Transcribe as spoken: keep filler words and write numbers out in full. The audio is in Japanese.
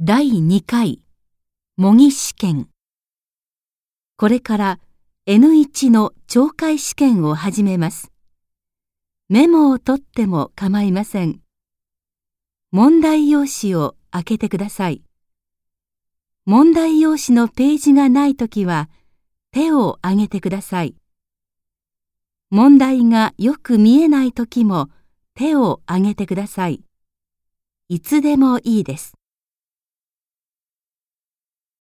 だいにかい模擬試験。これから エヌワン の懲戒試験を始めます。メモを取っても構いません。問題用紙を開けてください。問題用紙のページがないときは手を挙げてください。問題がよく見えないときも手を挙げてください。いつでもいいです。